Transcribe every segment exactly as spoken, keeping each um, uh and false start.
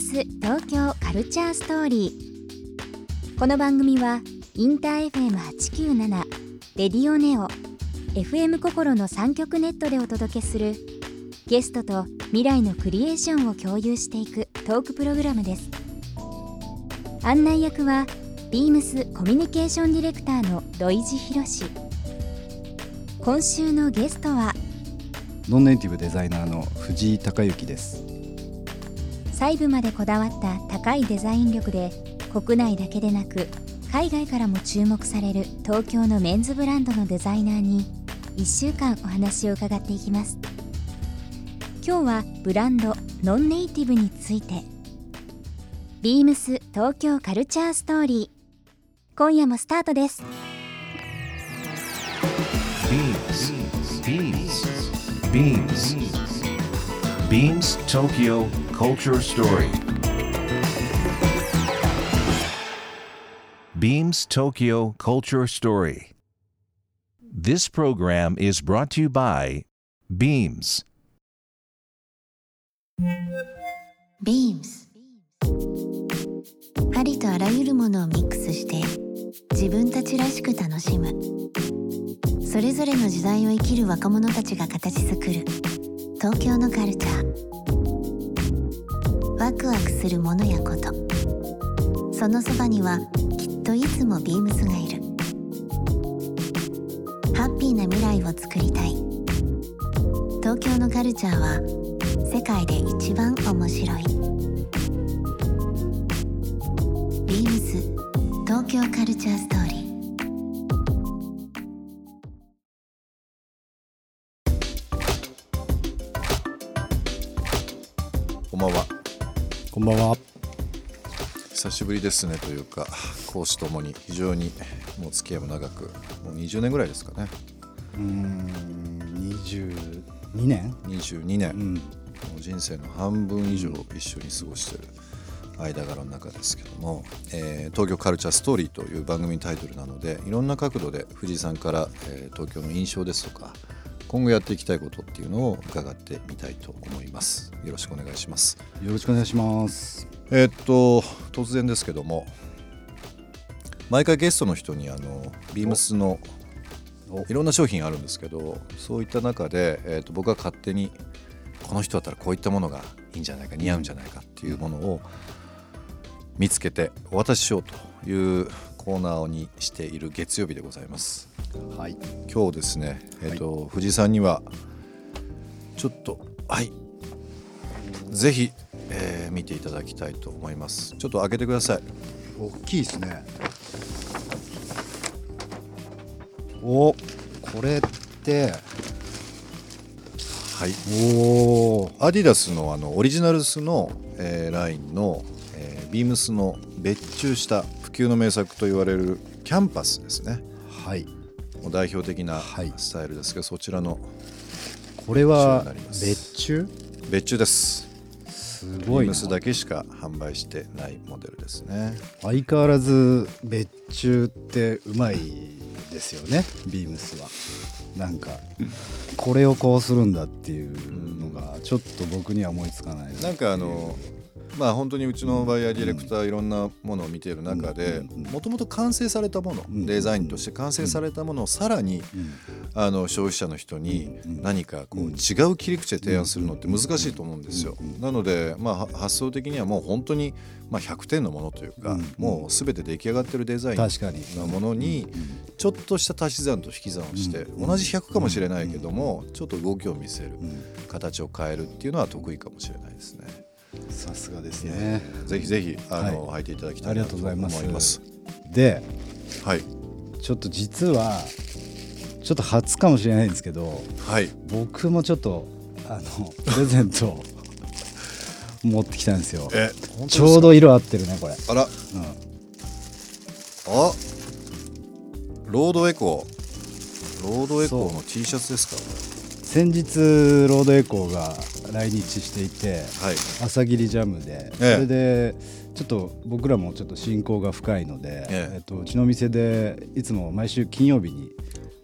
ス東京カルチャーストーリー。この番組はインター エフエムはちきゅうなな、レディオネオ、エフエム 心のさん局ネットでお届けするゲストと未来のクリエーションを共有していくトークプログラムです。案内役はビームスコミュニケーションディレクターの土井博志。今週のゲストはノンネイティブデザイナーの藤井孝之です。 細部までこだわった高いデザイン力で国内だけでなく海外からも注目される東京のメンズブランドのデザイナーにいっしゅうかんお話を伺っていきます。今日はブランドノンネイティブについて。ビームス東京カルチャーストーリー、今夜もスタートです。 ビームス ビームス ビームス Tokyo Culture Story. Beams Tokyo Culture Story. This program is brought to you by Beams. Beams ありとあらゆるものをミックスして自分たちらしく楽しむ、それぞれの時代を生きる若者たちが形作る東京のカルチャー。ワクワクするものやこと、そのそばにはきっといつもビームスがいる。ハッピーな未来を作りたい。東京のカルチャーは世界で一番面白い。ビームス東京カルチャーストーリー。 こんばんは。 こんばんは。 久しぶりですねというか、講師ともに非常にもう付き合いも長く、もうにじゅうねんぐらいですかね。 うーんにじゅうにねんにじゅうにねん、うん、もう人生の半分以上一緒に過ごしている間柄の中ですけども、えー、東京カルチャーストーリーという番組タイトルなので、いろんな角度で藤井さんから、えー、東京の印象ですとか今後やっていきたいことっていうのを伺ってみたいと思います。よろしくお願いします。 よろしくお願いします。 えー、っと突然ですけども、毎回ゲストの人にあのビームスのいろんな商品あるんですけど、そういった中で、えー、と僕が勝手にこの人だったらこういったものがいいんじゃないか、似合うんじゃないかっていうものを見つけてお渡ししようというコーナーにしている月曜日でございます。 はい、 今日ですね、えーとはい、藤井さんにはちょっとはいぜひ、えー、見ていただきたいと思います。ちょっと開けてください。 大きいですね。お、これってはい、 おアディダスのあのオリジナルスの、えー、ラインの、えー、ビームスの別注した不朽の名作と言われるキャンパスですね。 はい、 もう代表的なスタイルですけど、はい、そちらのこれは別注？ 別注です。 すごいな。ビームスだけしか販売してないモデルですね。 相変わらず別注ってうまいですよね、ビームスは。なんかこれをこうするんだっていうのがちょっと僕には思いつかない。 なんかあのまあ本当にうちのバイヤーディレクターいろんなものを見ている中で、もともと完成されたもの、デザインとして完成されたものをさらにあの消費者の人に何かこう違う切り口で提案するのって難しいと思うんですよ。なのでまあ発想的にはもう本当にまあひゃくてんのものというか、もうすべて出来上がってるデザインのものにちょっとした足し算と引き算をして、同じひゃくかもしれないけどもちょっと動きを見せる、形を変えるっていうのは得意かもしれないですね。 さすがですね。 ぜひぜひあの、はい、履いていただきたいなと思います。 ありがとうございます。で、 はい、 ちょっと実はちょっと初かもしれないんですけど、 はい、僕もちょっとあのプレゼントを持ってきたんですよ。 え、 ちょうど色合ってるねこれ。 あら、うん、あ、ロードエコーロードエコーの T シャツですか。 先日ロードエコーが来日していて、はい、朝霧ジャムで、ええ、それでちょっと僕らもちょっと親交が深いので、えええっと、うちの店でいつも毎週金曜日に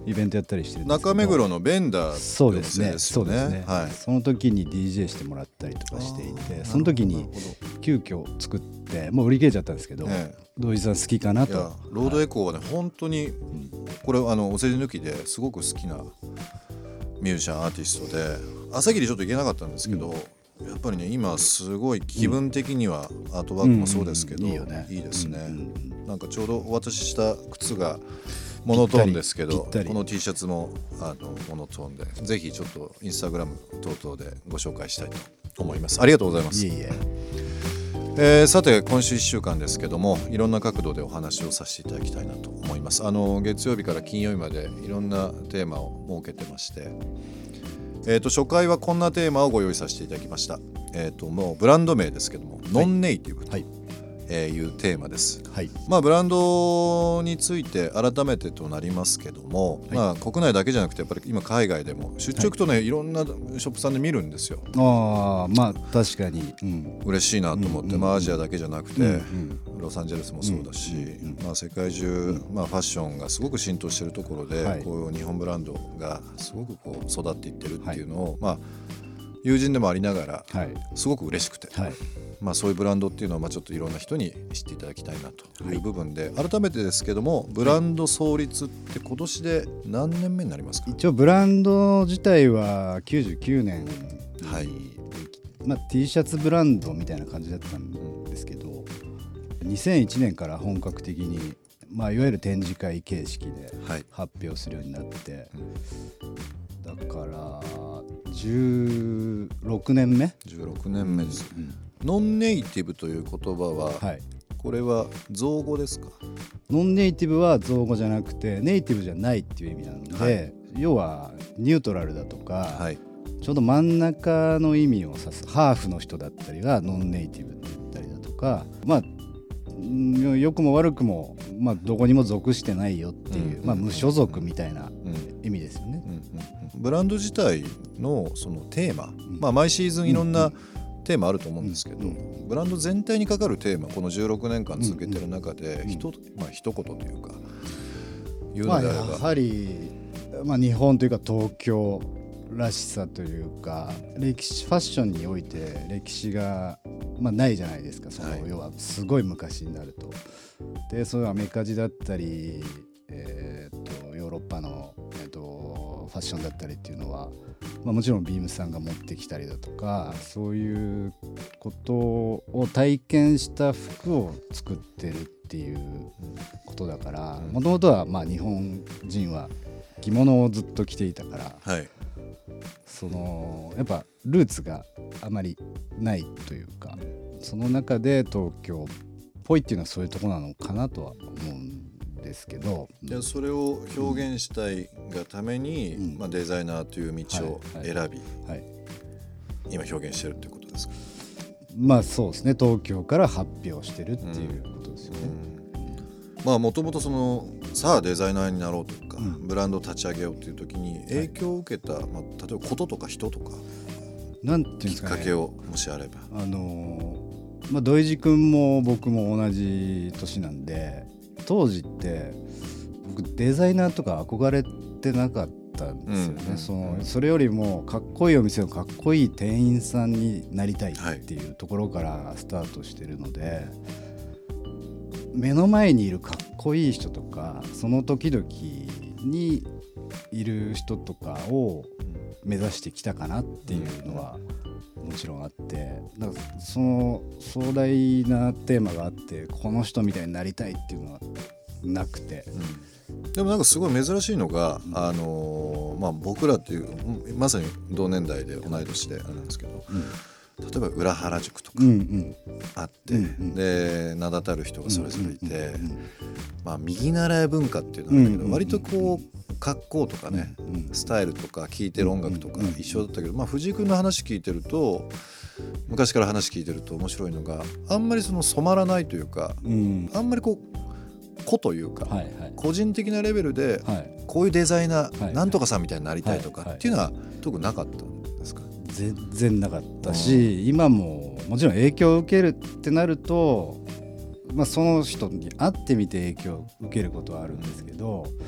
イベントやったりしてるんですけど、 中目黒のベンダーそうですねそうですね、 はい、 その時に ディージェー してもらったりとかしていて、その時に急遽作ってもう売り切れちゃったんですけど、ええ、土井さん好きかなと。 いやロードエコーはね、はい、本当にこれあのお世辞抜きですごく好きなミュージシャンアーティストで、朝霧ちょっと行けなかったんですけど、うん、やっぱりね今すごい気分的にはアートワークもそうですけど、うんうんうん、いいよね、いいですね、うんうん、なんかちょうどお渡しした靴がモノトーンですけど、この T シャツもあのモノトーンで、ぜひちょっとインスタグラム等々でご紹介したいと思います。ありがとうございます。 いえいえ。 えー、さて今週いっしゅうかんですけども、いろんな角度でお話をさせていただきたいなと思います。あの月曜日から金曜日までいろんなテーマを設けてまして、えー、と初回はこんなテーマをご用意させていただきました。えー、ともうブランド名ですけども、はい、ノンネイティブと、はいえー、いうテーマです、はい。まあ、ブランドについて改めてとなりますけども、はい、まあ、国内だけじゃなくてやっぱり今海外でも出張行くとね、はい、いろんなショップさんで見るんですよ。 あまあ確かに、うん、 嬉しいなと思って、うんうん、まあ、アジアだけじゃなくて、うんうん、ロサンゼルスもそうだし、うんうん、まあ、世界中、うんまあ、ファッションがすごく浸透しているところで、はい、こういう日本ブランドがすごくこう育っていってるっていうのを、はい、まあ、友人でもありながら、はい、すごく嬉しくて、はい、まあ、そういうブランドっていうのはまあちょっといろんな人に知っていただきたいなという部分で、はい、改めてですけども、ブランド創立って今年で何年目になりますか？ 一応ブランド自体はきゅうじゅうきゅうねんに、はいまあ、T シャツブランドみたいな感じだったんですけど、にせんいちねんから本格的に、まあ、いわゆる展示会形式で発表するようになって、はいうん、だからじゅうろくねんめじゅうろくねんめです、うん、ノンネイティブという言葉は、はい、これは造語ですか？ ノンネイティブは造語じゃなくてネイティブじゃないっていう意味なので、はい、要はニュートラルだとか、はい、ちょうど真ん中の意味を指すハーフの人だったりがノンネイティブって言ったりだとか、まあ良くも悪くも、まあ、どこにも属してないよっていう、うんまあ、無所属みたいな意味ですよね、うんうんうん、ブランド自体 の, そのテーマ、うんまあ、毎シーズンいろんなテーマあると思うんですけど、うんうん、ブランド全体にかかるテーマ、このじゅうろくねんかん続けてる中で、ひと、うんまあ、一言というか言うのであれば、 まあ、やはり、まあ、日本というか東京らしさというか、歴史ファッションにおいて歴史が、まあ、ないじゃないですか。その、はい、要はすごい昔になると、でそういうアメカジだったり、えー、とヨーロッパの、えー、とファッションだったりっていうのは、まあ、もちろんビームスさんが持ってきたりだとか、そういうことを体験した服を作ってるっていうことだから、もともとはまあ日本人は着物をずっと着ていたから、はい、そのやっぱルーツがあまりないというか、その中で東京っぽいっていうのはそういうところなのかなとは思うんですけど、 じゃあそれを表現したいがために、うんまあ、デザイナーという道を選び、はいはいはい、今表現してるってことですか？ まあそうですね、東京から発表してるっていうことですよね、 うんうん、まあもともとそのさあデザイナーになろうとか、うん、ブランドを立ち上げようっていう時に影響を受けた、はいまあ、例えばこととか人とかなんていうんですかね、 きっかけをもしあれば。 あのーまあ、土井地君も僕も同じ年なんで、当時って僕デザイナーとか憧れてなかったんですよね、うん、そのそれよりもかっこいいお店のかっこいい店員さんになりたいっていうところからスタートしてるので、はい、目の前にいるかっこいい人とかその時々にいる人とかを目指してきたかなっていうのはもちろんあって、だからその壮大なテーマがあってこの人みたいになりたいっていうのはなくて、 うん、でもなんかすごい珍しいのが、うんあのーまあ、僕らっていうまさに同年代で同い年であれなんですけど、うん例えば裏原宿とかあって、うんうん、で名だたる人がそれぞれいて、うんうんうんまあ、右習い文化っていうのはあるけど、うんうん、割とこう格好とかね、うんうん、スタイルとか聴いてる音楽とか一緒だったけど、まあ、藤井君の話聞いてると昔から話聞いてると面白いのがあんまりその染まらないというか、うん、あんまりこう個というか、はいはい、個人的なレベルでこういうデザイナー、はい、なんとかさんみたいになりたいとかっていうのは特になかったんですか？ 全然なかったし、今ももちろん影響を受けるってなると、まあ、その人に会ってみて影響を受けることはあるんですけど、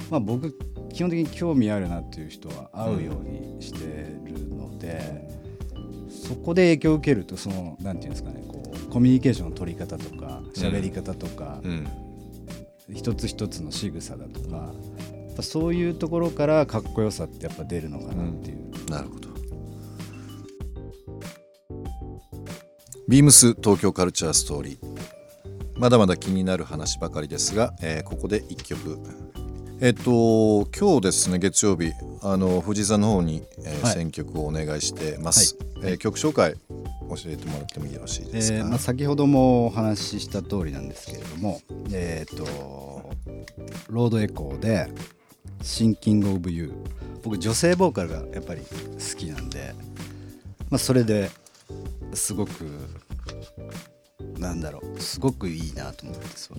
まあ、僕基本的に興味あるなっていう人は会うようにしてるので、うん、そこで影響を受けるとそのなんていうんですかね、こうコミュニケーションの取り方とか喋り方とか、うん、一つ一つの仕草だとか、やっぱそういうところからかっこよさってやっぱ出るのかなっていう、 うん、なるほど。ビームス東京カルチャーストーリー、まだまだ気になる話ばかりですが、えー、ここでいっきょく、えっと今日ですね、月曜日、あの藤井さんの方に、えーはい、選曲をお願いしてます、はいえー、曲紹介教えてもらってもよろしいですか。 えーまあ、先ほどもお話しした通りなんですけれども、えー、とロードエコーでThinking of You、 僕女性ボーカルがやっぱり好きなんで、まあ、それですごくなんだろうすごくいいなと思ってそう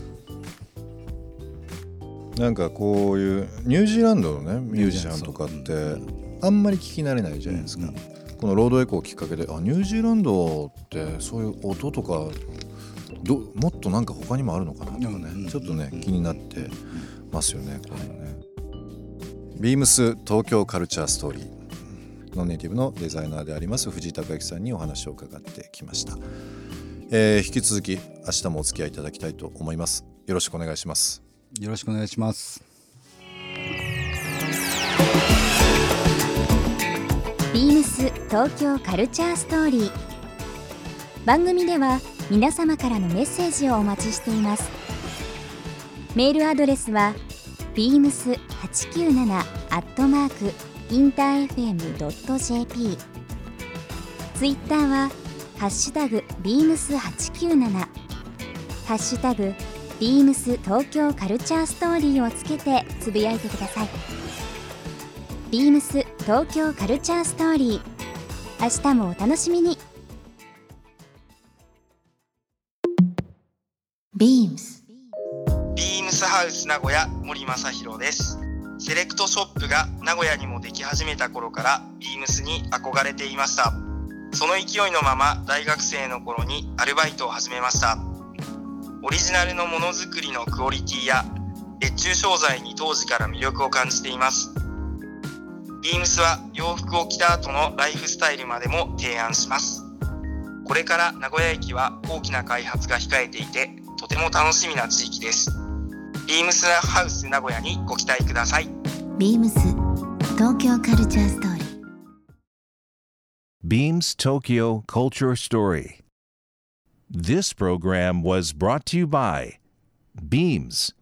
なんかこういうニュージーランドのねミュージシャンとかってあんまり聞き慣れないじゃないですか、うんうん、このロードエコーきっかけであニュージーランドってそういう音とかどもっとなんか他にもあるのかなとかね、うんうん、ちょっとね気になってますよね、これね。ビームス東京カルチャーストーリー、ノンネイティブのデザイナーであります藤井貴之さんにお話を伺ってきました。えー、引き続き明日もお付き合いいただきたいと思います。よろしくお願いします。 よろしくお願いします。 ビームス東京カルチャーストーリー、番組では皆様からのメッセージをお待ちしています。メールアドレスは ビームスはちきゅうなな アットマーク インターエフエム ドット ジェーピー、 ツイッターはハッシュタグ ビームスはちきゅうなな、 ハッシュタグ ビームス東京カルチャーストーリーをつけてつぶやいてください。ビームス東京カルチャーストーリー、明日もお楽しみに。 ビームスビームスハウス名古屋、森正弘です。セレクトショップが名古屋にもでき始めた頃からビームスに憧れていました。その勢いのまま大学生の頃にアルバイトを始めました。オリジナルのものづくりのクオリティや別注商材に当時から魅力を感じています。ビームスは洋服を着た後のライフスタイルまでも提案します。これから名古屋駅は大きな開発が控えていて、とても楽しみな地域です。ビームスハウス名古屋にご期待ください。 ビームス東京カルチャーストーリー、 Beams Tokyo Culture Story. This program was brought to you by Beams.